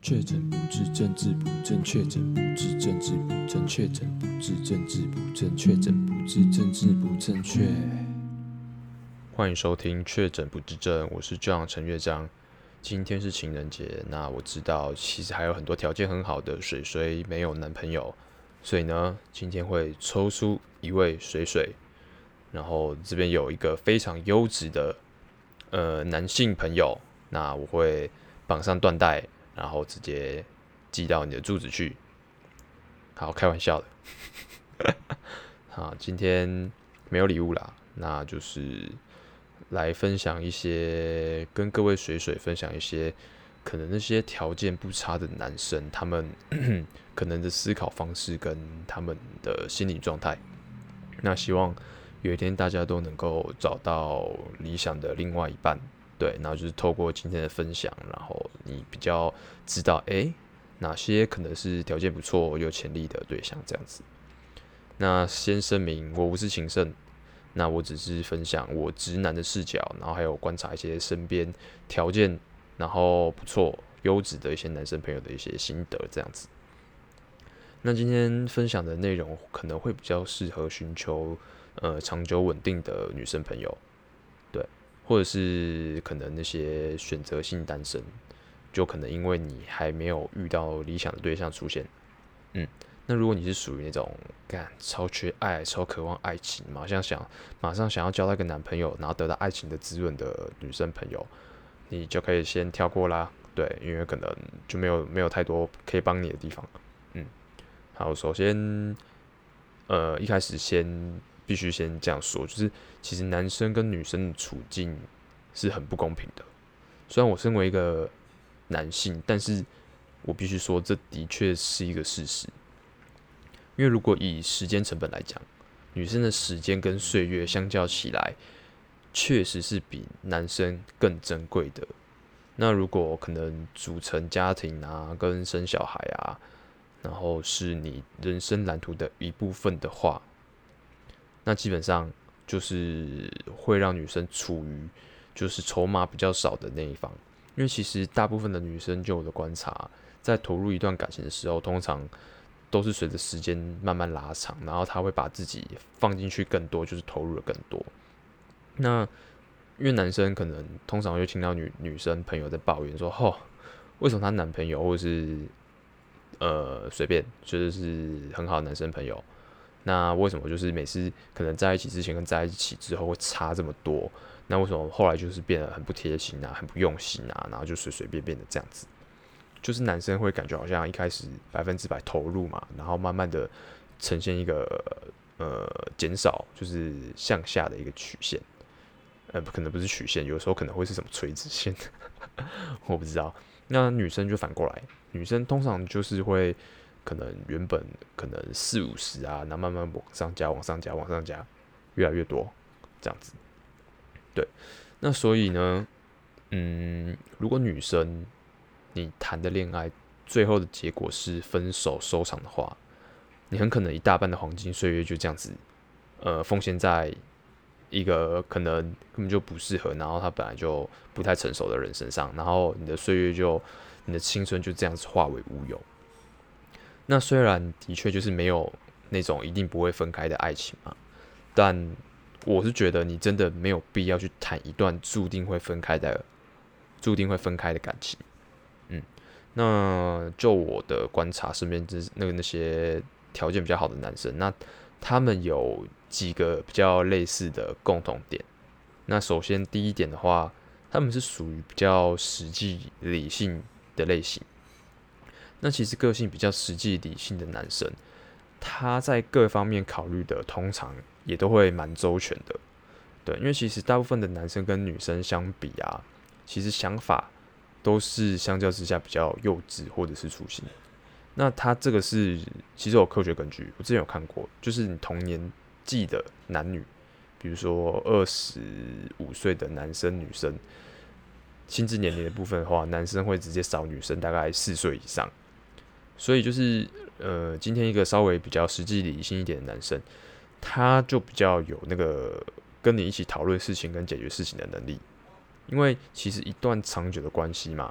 确诊不治，政治不正确；诊不治，政治不正确；诊不治，政治不正确；诊不治，政治不正确。 欢迎收听《确诊不治症》，我是 John 陈乐章。今天是情人节，那我知道其实还有很多条件很好的水水没有男朋友，所以呢，今天会抽出一位水水，然后这边有一个非常优质的男性朋友，那我会绑上缎带，然后直接寄到你的住址去。好，开玩笑的。好，今天没有礼物啦，那就是来分享一些，跟各位水水分享一些，可能那些条件不差的男生，他们可能的思考方式跟他们的心理状态。那希望有一天大家都能够找到理想的另外一半，对，然后就是透过今天的分享，然后你比较知道，哪些可能是条件不错、有潜力的对象这样子。那先声明，我不是情圣，那我只是分享我直男的视角，然后还有观察一些身边条件然后不错、优质的一些男生朋友的一些心得这样子。那今天分享的内容可能会比较适合寻求长久稳定的女生朋友，对，或者是可能那些选择性单身，就可能因为你还没有遇到理想的对象出现，那如果你是属于那种超缺爱、超渴望爱情，马上想要交到一个男朋友，然后得到爱情的滋润的女生朋友，你就可以先跳过啦。对，因为可能就没有太多可以帮你的地方。好，首先一开始必须先这样说，就是其实男生跟女生的处境是很不公平的。虽然我身为一个男性，但是我必须说，这的确是一个事实。因为如果以时间成本来讲，女生的时间跟岁月相较起来，确实是比男生更珍贵的。那如果可能组成家庭啊，跟生小孩啊，然后是你人生蓝图的一部分的话，那基本上就是会让女生处于就是筹码比较少的那一方。因为其实大部分的女生，就我的观察，在投入一段感情的时候，通常都是随着时间慢慢拉长，然后她会把自己放进去更多，就是投入的更多。那因为男生可能通常会听到女生朋友在抱怨说，为什么她男朋友或者是随便就是很好的男生朋友，那为什么就是每次可能在一起之前跟在一起之后会差这么多？那为什么后来就是变得很不贴心啊，很不用心啊，然后就随随便便的这样子？就是男生会感觉好像一开始100%投入嘛，然后慢慢的呈现一个减少，就是向下的一个曲线。可能不是曲线，有时候可能会是什么垂直线，我不知道。那女生就反过来，女生通常就是会可能原本可能40-50啊，然后慢慢往上加，往上加，往上加，越来越多这样子。对，那所以呢，如果女生你谈的恋爱最后的结果是分手收场的话，你很可能一大半的黄金岁月就这样子，奉献在一个可能根本就不适合，然后他本来就不太成熟的人身上，然后你的青春就这样子化为乌有。那虽然的确就是没有那种一定不会分开的爱情嘛，但我是觉得你真的没有必要去谈一段注定会分开的感情。那就我的观察，身边那些条件比较好的男生，那他们有几个比较类似的共同点。那首先第一点的话，他们是属于比较实际理性的类型。那其实个性比较实际理性的男生，他在各方面考虑的通常也都会蛮周全的。对，因为其实大部分的男生跟女生相比啊，其实想法都是相较之下比较幼稚或者是粗心。那他这个是其实有科学根据，我之前有看过，就是你同年纪的男女，比如说25岁的男生女生，心智年龄的部分的话，男生会直接少女生大概4岁以上。所以就是今天一个稍微比较实际理性一点的男生，他就比较有那个跟你一起讨论事情跟解决事情的能力。因为其实一段长久的关系嘛，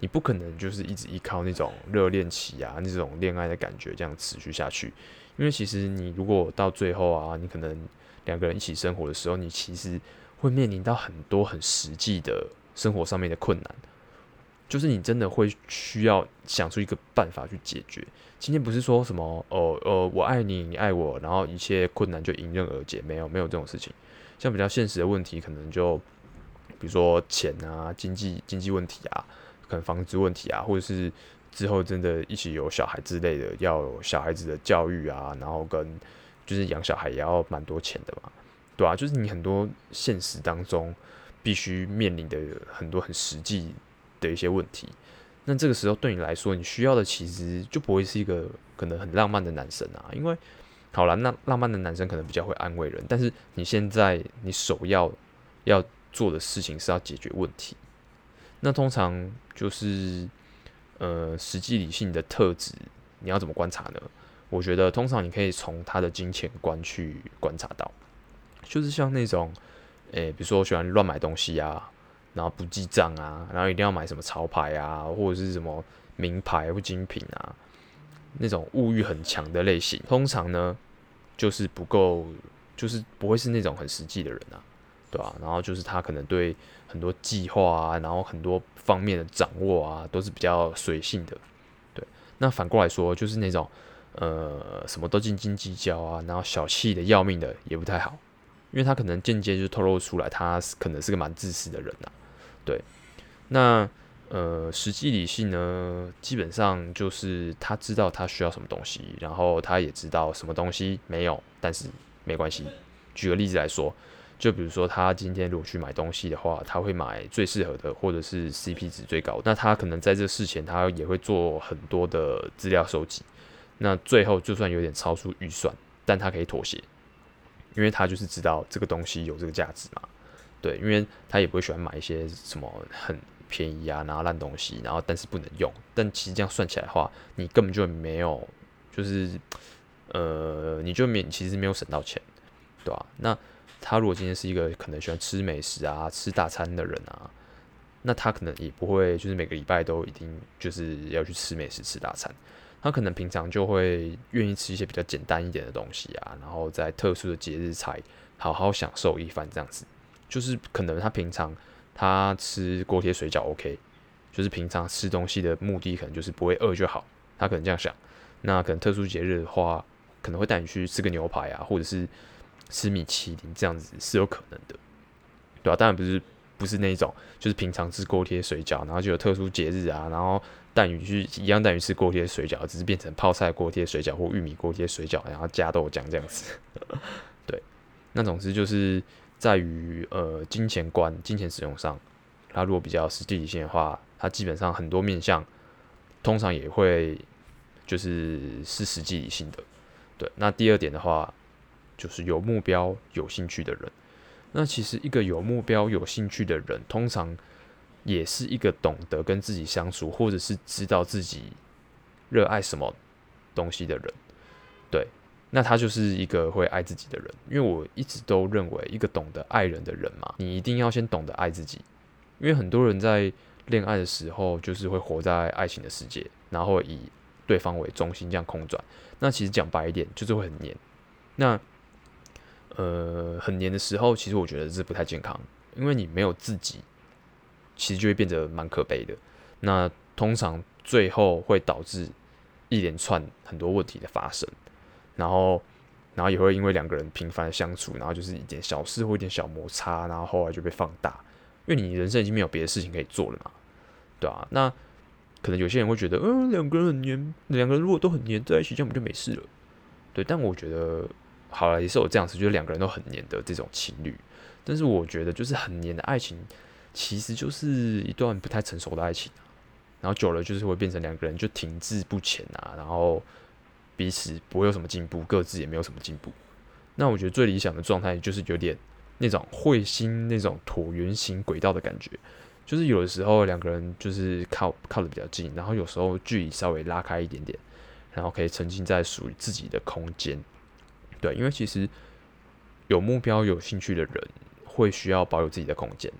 你不可能就是一直依靠那种热恋期啊，那种恋爱的感觉这样持续下去，因为其实你如果到最后啊，你可能两个人一起生活的时候，你其实会面临到很多很实际的生活上面的困难，就是你真的会需要想出一个办法去解决。今天不是说什么我爱你，你爱我，然后一切困难就迎刃而解，没有这种事情。像比较现实的问题，可能就比如说钱啊、经济问题啊，可能房子问题啊，或者是之后真的一起有小孩之类的，要有小孩子的教育啊，然后跟就是养小孩也要蛮多钱的嘛，对啊，就是你很多现实当中必须面临的很多很实际的一些问题。那这个时候对你来说，你需要的其实就不会是一个可能很浪漫的男生啊，因为好啦，那浪漫的男生可能比较会安慰人，但是你现在你首要做的事情是要解决问题。那通常就是实际理性的特质，你要怎么观察呢？我觉得通常你可以从他的金钱观去观察到，就是像那种比如说我喜欢乱买东西啊，然后不记账啊，然后一定要买什么潮牌啊，或者是什么名牌或精品啊，那种物欲很强的类型，通常呢就是不够，就是不会是那种很实际的人啊，对吧？然后就是他可能对很多计划啊，然后很多方面的掌握啊，都是比较随性的。对，那反过来说，就是那种什么都斤斤计较啊，然后小气的要命的也不太好，因为他可能间接就透露出来，他可能是个蛮自私的人啊。对，那实际理性呢，基本上就是他知道他需要什么东西，然后他也知道什么东西没有，但是没关系。举个例子来说，就比如说他今天如果去买东西的话，他会买最适合的，或者是 CP 值最高的。那他可能在这事前，他也会做很多的资料收集。那最后就算有点超出预算，但他可以妥协，因为他就是知道这个东西有这个价值嘛。对，因为他也不会喜欢买一些什么很便宜啊，然后烂东西，然后但是不能用。但其实这样算起来的话，你根本就没有，就是你就其实没有省到钱，对吧？那他如果今天是一个可能喜欢吃美食啊、吃大餐的人啊，那他可能也不会就是每个礼拜都一定就是要去吃美食、吃大餐。他可能平常就会愿意吃一些比较简单一点的东西啊，然后在特殊的节日才好好享受一番这样子。就是可能他平常他吃锅贴水饺 OK，就是平常吃东西的目的可能就是不会饿就好，他可能这样想。那可能特殊节日的话，可能会带你去吃个牛排啊，或者是吃米其林这样子是有可能的，对吧？当然不是那种就是平常吃锅贴水饺，然后就有特殊节日啊，然后带你去一样带你吃锅贴水饺，只是变成泡菜锅贴水饺或玉米锅贴水饺，然后加豆浆这样子。对，那总之就是在于金钱观、金钱使用上，它如果比较实际理性的话，它基本上很多面向通常也会是实际理性的。对，那第二点的话，就是有目标、有兴趣的人。那其实一个有目标、有兴趣的人，通常也是一个懂得跟自己相处，或者是知道自己热爱什么东西的人。对，那他就是一个会爱自己的人。因为我一直都认为，一个懂得爱人的人嘛，你一定要先懂得爱自己。因为很多人在恋爱的时候，就是会活在爱情的世界，然后以对方为中心这样空转。那其实讲白一点，就是会很黏。那很黏的时候，其实我觉得这不太健康，因为你没有自己，其实就会变得蛮可悲的。那通常最后会导致一连串很多问题的发生，然后也会因为两个人频繁的相处，然后就是一点小事或一点小摩擦，然后后来就被放大，因为你人生已经没有别的事情可以做了嘛，对啊，那可能有些人会觉得，两个人很黏，两个人如果都很黏在一起，这样不就没事了？对，但我觉得好了，也是有这样子，就是两个人都很黏的这种情侣。但是我觉得，就是很黏的爱情，其实就是一段不太成熟的爱情啊。然后久了，就是会变成两个人就停滞不前啊，然后彼此不会有什么进步，各自也没有什么进步。那我觉得最理想的状态就是有点那种彗星那种椭圆形轨道的感觉，就是有的时候两个人就是靠得比较近，然后有时候距离稍微拉开一点点，然后可以沉浸在属于自己的空间。对，因为其实有目标、有兴趣的人会需要保有自己的空间，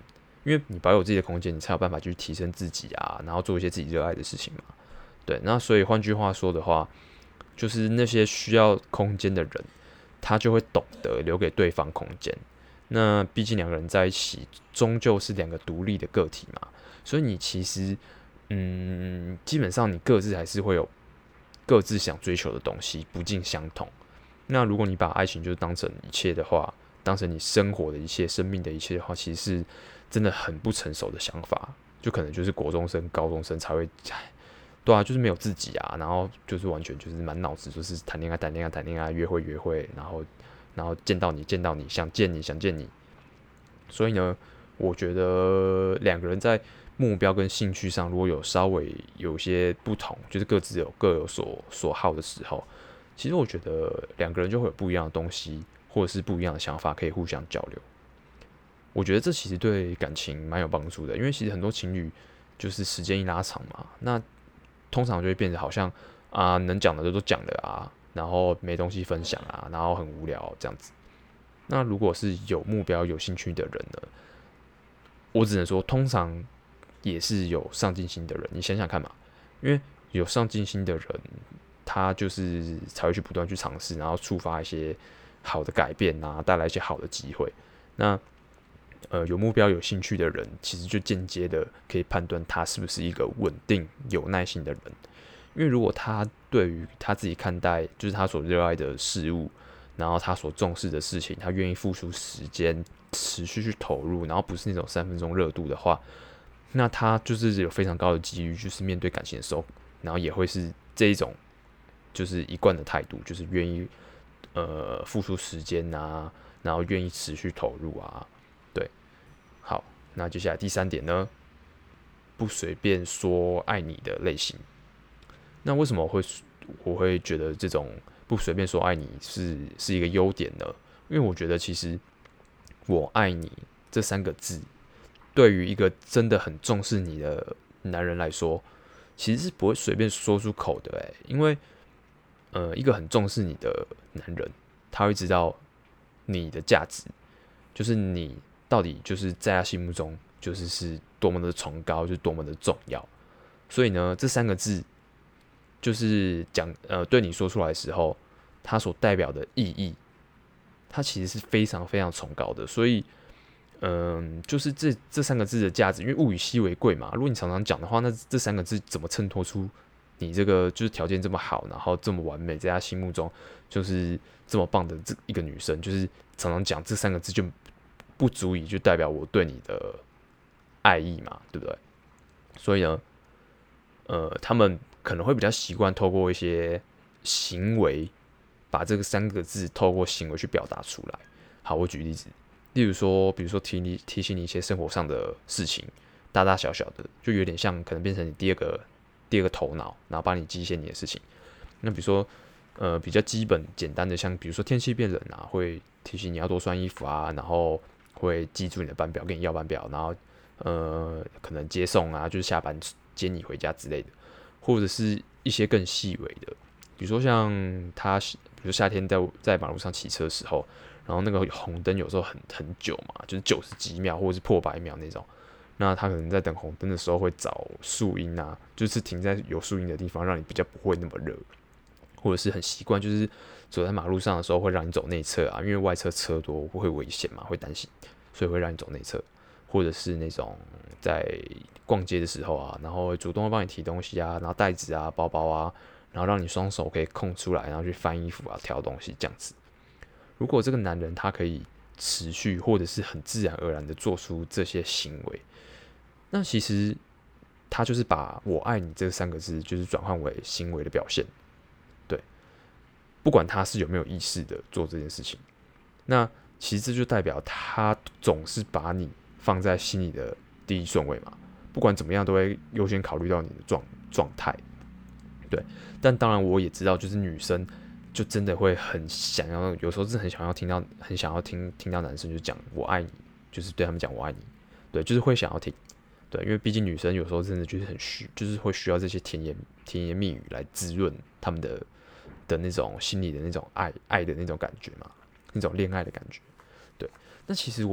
因为你保有自己的空间，你才有办法去提升自己啊，然后做一些自己热爱的事情嘛。对，那所以换句话说的话，就是那些需要空间的人，他就会懂得留给对方空间。那毕竟两个人在一起，终究是两个独立的个体嘛，所以你其实，基本上你各自还是会有各自想追求的东西，不尽相同。那如果你把爱情就当成一切的话，当成你生活的一切、生命的一切的话，其实是真的很不成熟的想法。就可能就是国中生、高中生才会，对啊，就是没有自己啊，然后就是完全就是满脑子就是谈恋爱、约会，然后见到你，想见你。所以呢，我觉得两个人在目标跟兴趣上，如果有稍微有些不同，就是各有所好的时候，其实我觉得两个人就会有不一样的东西，或者是不一样的想法，可以互相交流。我觉得这其实对感情蛮有帮助的，因为其实很多情侣就是时间一拉长嘛，那通常就会变得好像能讲的都讲了啊，然后没东西分享啊，然后很无聊这样子。那如果是有目标、有兴趣的人呢，我只能说，通常也是有上进心的人。你想想看嘛，因为有上进心的人，他就是才会去不断去尝试，然后触发一些好的改变啊，带来一些好的机会。那有目标、有兴趣的人，其实就间接的可以判断他是不是一个稳定、有耐心的人。因为如果他对于他自己看待，就是他所热爱的事物，然后他所重视的事情，他愿意付出时间，持续去投入，然后不是那种3分钟热度的话，那他就是有非常高的机遇，就是面对感情的时候，然后也会是这一种，就是一贯的态度，就是愿意付出时间啊，然后愿意持续投入啊。对，好，那接下来第3点呢，不随便说爱你的类型。那为什么我会觉得这种不随便说爱你是一个优点呢？因为我觉得其实"我爱你"这3个字，对于一个真的很重视你的男人来说，其实是不会随便说出口的因为一个很重视你的男人，他会知道你的价值，就是你到底就是在他心目中是多么的崇高，就是多么的重要。所以呢，这3个字就是对你说出来的时候，它所代表的意义，它其实是非常非常崇高的。所以，就是这3个字的价值，因为物以稀为贵嘛。如果你常常讲的话，那这3个字怎么衬托出你这个就是条件这么好，然后这么完美，在他心目中就是这么棒的这一个女生，就是常常讲这3个字就不足以就代表我对你的爱意嘛，对不对？所以呢，他们可能会比较习惯透过一些行为，把这个3个字透过行为去表达出来。好，我举例子，例如说，比如说提醒你一些生活上的事情，大大小小的，就有点像可能变成你第二个头脑，然后帮你记一些你的事情。那比如说，比较基本简单的，像比如说天气变冷啊，会提醒你要多穿衣服啊，然后会记住你的班表，跟你要班表，然后可能接送啊，就是下班接你回家之类的，或者是一些更细微的，比如说像比如夏天在马路上骑车的时候，然后那个红灯有时候很久嘛，就是90几秒或者是破100秒那种，那他可能在等红灯的时候会找树荫啊，就是停在有树荫的地方，让你比较不会那么热，或者是很习惯就是走在马路上的时候会让你走内侧啊，因为外侧车多会危险嘛，会担心，所以会让你走内侧，或者是那种在逛街的时候啊，然后会主动帮你提东西啊，然后袋子啊、包包啊，然后让你双手可以空出来，然后去翻衣服啊、挑东西这样子。如果这个男人他可以持续或者是很自然而然的做出这些行为，那其实他就是把我爱你这3个字就是转换为行为的表现。对，不管他是有没有意识的做这件事情，那其实这就代表他总是把你放在心里的第一顺位嘛，不管怎么样都会优先考虑到你的状态。对，但当然我也知道，就是女生就真的会很想要，有时候是很想要听到男生就讲我爱你，就是对他们讲我爱你，对，就是会想要听，对，因为毕竟女生有时候真的就是就是会需要这些甜言蜜语来滋润他们的那种心里的那种爱的那种感觉嘛，那种恋爱的感觉，对。那其实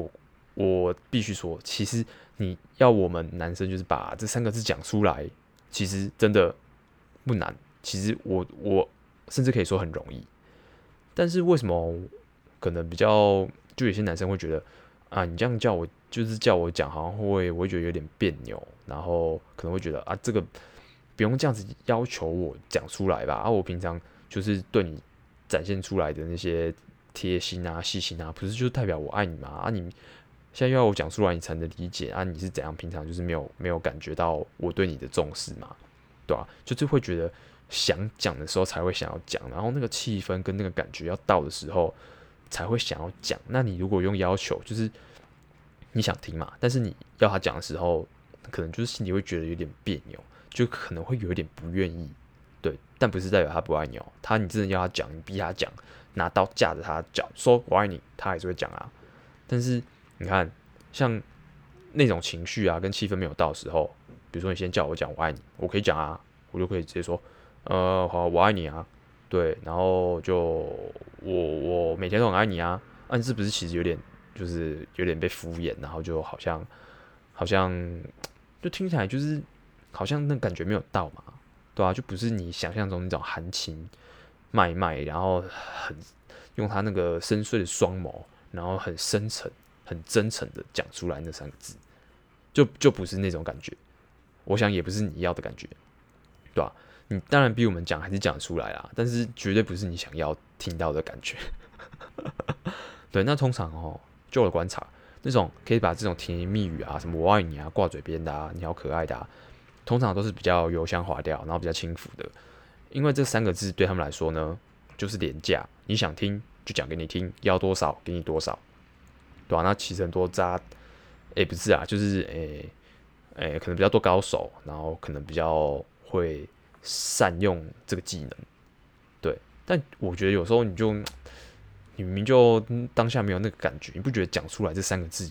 我必须说，其实你要我们男生就是把这三个字讲出来，其实真的不难。其实我甚至可以说很容易，但是为什么可能比较就有些男生会觉得啊，你这样叫我就是叫我讲，好像我会觉得有点别扭，然后可能会觉得啊，这个不用这样子要求我讲出来吧？啊，我平常就是对你展现出来的那些贴心啊、细心啊，不是就是代表我爱你吗？啊，你现在又要我讲出来，你才能理解啊？你是怎样？平常就是没有感觉到我对你的重视嘛？对吧、就是会觉得想讲的时候才会想要讲，然后那个气氛跟那个感觉要到的时候才会想要讲。那你如果用要求，就是你想听嘛，但是你要他讲的时候，可能就是心里会觉得有点别扭，就可能会有点不愿意。对，但不是代表他不爱你哦。你真的要他讲，你逼他讲，拿刀架着他脚说我爱你，他还是会讲啊。但是你看，像那种情绪啊跟气氛没有到的时候，比如说你先叫我讲我爱你，我可以讲啊，我就可以直接说，好，我爱你啊，对，然后就我每天都很爱你啊，啊，你是不是其实就是有点被敷衍，然后就好像就听起来就是好像那感觉没有到嘛，对啊，就不是你想象中那种含情脉脉，然后用他那个深邃的双眸，然后很深沉、很真诚的讲出来那三个字，就不是那种感觉。我想也不是你要的感觉，对吧、你当然比我们讲还是讲出来啦，但是绝对不是你想要听到的感觉。对，那通常就我的观察，那种可以把这种甜言蜜语啊，什么我爱你啊挂嘴边的啊，你好可爱的啊，通常都是比较油腔滑调，然后比较轻浮的，因为这三个字对他们来说呢，就是廉价，你想听就讲给你听，要多少给你多少，对吧、那其实很多不是啊，就是可能比较多高手，然后可能比较会善用这个技能，对。但我觉得有时候你明明就当下没有那个感觉，你不觉得讲出来这三个字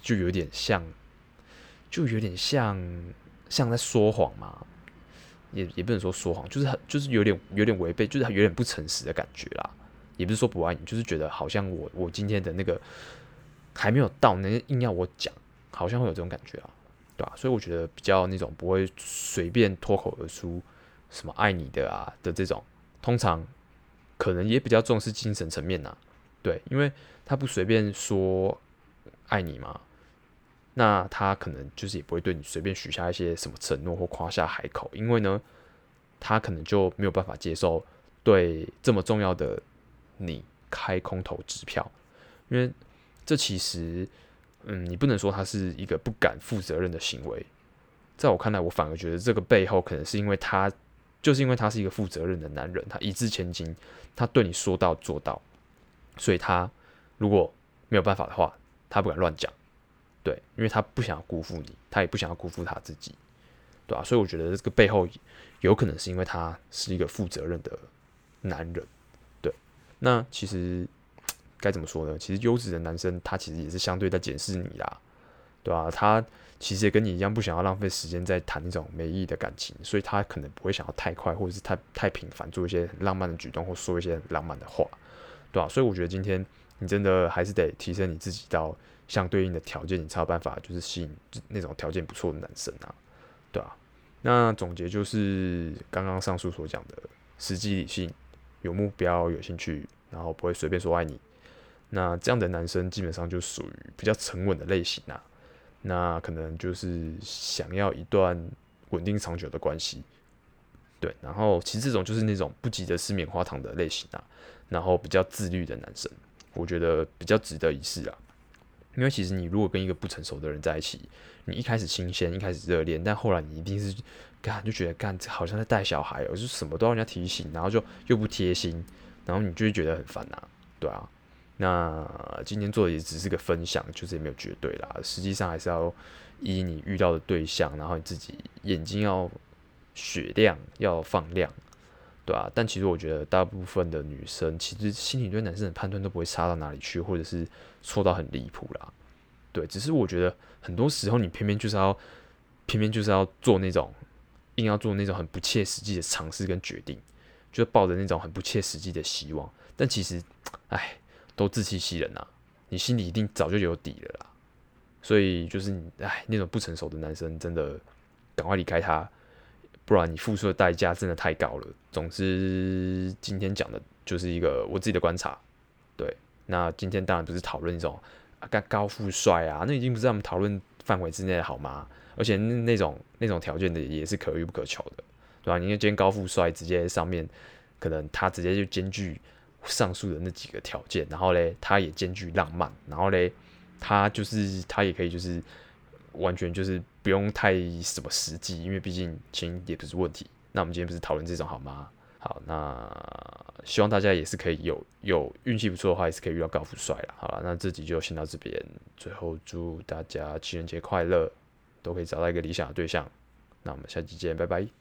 就有点像在说谎吗？也不能说说谎，就是有点违背，就是有点不诚实的感觉啦。也不是说不爱你，就是觉得好像我今天的那个还没有到，那硬要我讲，好像会有这种感觉啊，对吧、所以我觉得比较那种不会随便脱口而出什么爱你的啊的这种，通常可能也比较重视精神层面呐、对，因为他不随便说爱你嘛，那他可能就是也不会对你随便许下一些什么承诺或夸下海口，因为呢，他可能就没有办法接受对这么重要的你开空头支票，因为这其实，你不能说他是一个不敢负责任的行为，在我看来，我反而觉得这个背后可能是因为他，就是因为他是一个负责任的男人，他一掷千金，他对你说到做到，所以他如果没有办法的话，他不敢乱讲。对，因为他不想要辜负你，他也不想要辜负他自己，对吧、所以我觉得这个背后有可能是因为他是一个负责任的男人。对，那其实该怎么说呢？其实优质的男生他其实也是相对在检视你啦，对吧、他其实也跟你一样不想要浪费时间在谈那种没意义的感情，所以他可能不会想要太快或者是太频繁做一些很浪漫的举动或说一些很浪漫的话，对吧、所以我觉得今天你真的还是得提升你自己到相对应的条件，你才有办法就是吸引那种条件不错的男生啊，对啊。那总结就是刚刚上述所讲的，实际理性、有目标、有兴趣，然后不会随便说爱你。那这样的男生基本上就属于比较沉稳的类型啊。那可能就是想要一段稳定长久的关系，对。然后其实这种就是那种不急着吃棉花糖的类型啊，然后比较自律的男生，我觉得比较值得一试啊。因为其实你如果跟一个不成熟的人在一起，你一开始新鲜，一开始热恋，但后来你一定是就觉得好像在带小孩就是什么都要人家提醒，然后就又不贴心，然后你就会觉得很烦啊，对啊。那今天做的也只是个分享，就是也没有绝对啦，实际上还是要依你遇到的对象，然后你自己眼睛要雪亮，要放亮，对啊。但其实我觉得大部分的女生其实心里对男生的判断都不会差到哪里去，或者是错到很离谱啦。对，只是我觉得很多时候你偏偏就是要做那种硬要做那种很不切实际的尝试跟决定，就抱着那种很不切实际的希望，但其实，都自欺欺人啊！你心里一定早就有底了啦。 所以就是那种不成熟的男生真的赶快离开他，不然你付出的代价真的太高了。总之，今天讲的就是一个我自己的观察，对。那今天当然不是讨论一种高富帅啊，那已经不是他们讨论范围之内的好吗？而且那种条件的也是可遇不可求的，对吧？你看今天高富帅直接上面可能他直接就兼具上述的那几个条件，然后嘞他也兼具浪漫，然后嘞他也可以就是完全就是不用太什么实际，因为毕竟钱也不是问题。那我们今天不是讨论这种好吗？好，那希望大家也是可以有运气不错的话，也是可以遇到高富帅啦。好了，那这集就先到这边。最后祝大家情人节快乐，都可以找到一个理想的对象。那我们下期见，拜拜。